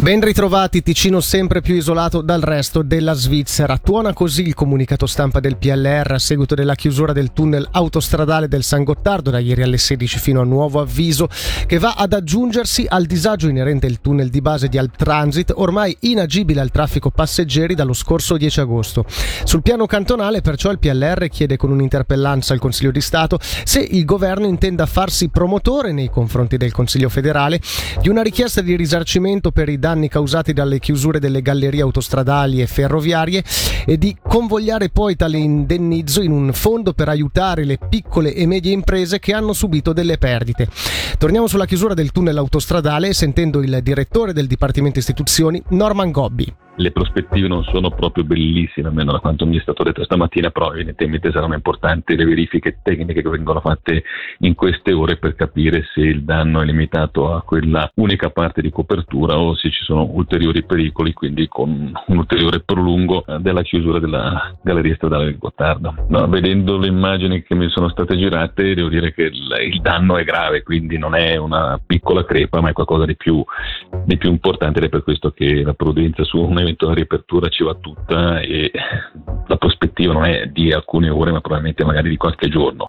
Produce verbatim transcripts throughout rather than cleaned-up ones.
Ben ritrovati, Ticino sempre più isolato dal resto della Svizzera. Tuona così il comunicato stampa del P L R a seguito della chiusura del tunnel autostradale del San Gottardo da ieri alle sedici fino a nuovo avviso, che va ad aggiungersi al disagio inerente al tunnel di base di Alp Transit, ormai inagibile al traffico passeggeri dallo scorso dieci agosto. Sul piano cantonale, perciò, il P L R chiede con un'interpellanza al Consiglio di Stato se il governo intenda farsi promotore nei confronti del Consiglio federale di una richiesta di risarcimento per i danni causati dalle chiusure delle gallerie autostradali e ferroviarie e di convogliare poi tale indennizzo in un fondo per aiutare le piccole e medie imprese che hanno subito delle perdite. Torniamo sulla chiusura del tunnel autostradale sentendo il direttore del Dipartimento Istituzioni, Norman Gobbi. Le prospettive non sono proprio bellissime, almeno da quanto mi è stato detto stamattina, però evidentemente saranno importanti le verifiche tecniche che vengono fatte in queste ore per capire se il danno è limitato a quella unica parte di copertura o se ci sono ulteriori pericoli, quindi con un ulteriore prolungo della chiusura della galleria stradale del Gottardo. No, vedendo le immagini che mi sono state girate, devo dire che il, il danno è grave, quindi non è una piccola crepa, ma è qualcosa di più, di più importante, ed è per questo che la prudenza su un eventuale riapertura ci va tutta e la prospettiva non è di alcune ore, ma probabilmente magari di qualche giorno.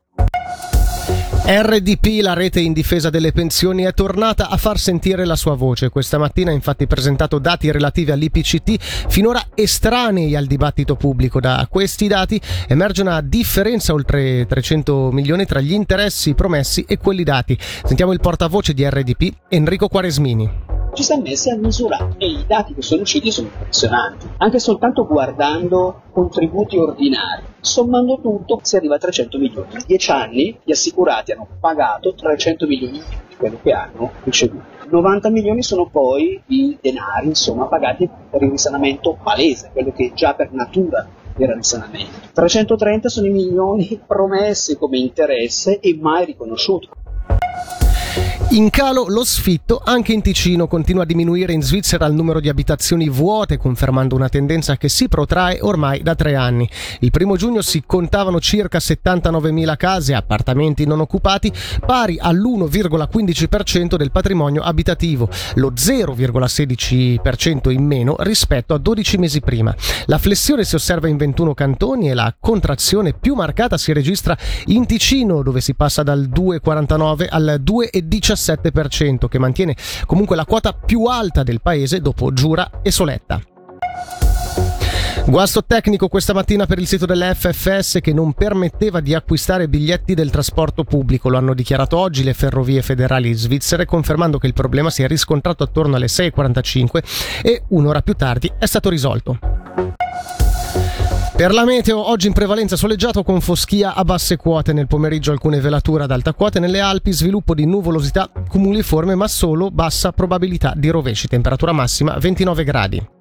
R D P, la rete in difesa delle pensioni, è tornata a far sentire la sua voce. Questa mattina ha infatti presentato dati relativi all'I P C T finora estranei al dibattito pubblico. Da questi dati emerge una differenza oltre trecento milioni tra gli interessi promessi e quelli dati. Sentiamo il portavoce di R D P, Enrico Quaresmini. Ci siamo messi a misurare e i dati che sono usciti sono impressionanti. Anche soltanto guardando contributi ordinari, sommando tutto si arriva a trecento milioni. In dieci anni gli assicurati hanno pagato trecento milioni in più di quello che hanno ricevuto. novanta milioni sono poi i denari, insomma, pagati per il risanamento palese, quello che già per natura era risanamento. trecentotrenta sono i milioni promessi come interesse e mai riconosciuti. In calo lo sfitto anche in Ticino. Continua a diminuire in Svizzera il numero di abitazioni vuote, confermando una tendenza che si protrae ormai da tre anni. Il primo giugno si contavano circa settantanovemila case, appartamenti non occupati, pari all'uno virgola quindici per cento del patrimonio abitativo, lo zero virgola sedici per cento in meno rispetto a dodici mesi prima. La flessione si osserva in ventuno cantoni e la contrazione più marcata si registra in Ticino, dove si passa dal due virgola quarantanove al due virgola diciassette per cento, che mantiene comunque la quota più alta del paese dopo Giura e Soletta. Guasto tecnico questa mattina per il sito dell'F F S che non permetteva di acquistare biglietti del trasporto pubblico. Lo hanno dichiarato oggi le ferrovie federali svizzere, confermando che il problema si è riscontrato attorno alle sei e quarantacinque e un'ora più tardi è stato risolto. Per la meteo, oggi in prevalenza soleggiato con foschia a basse quote. Nel pomeriggio alcune velature ad alta quota, nelle Alpi sviluppo di nuvolosità cumuliforme ma solo bassa probabilità di rovesci. Temperatura massima ventinove gradi.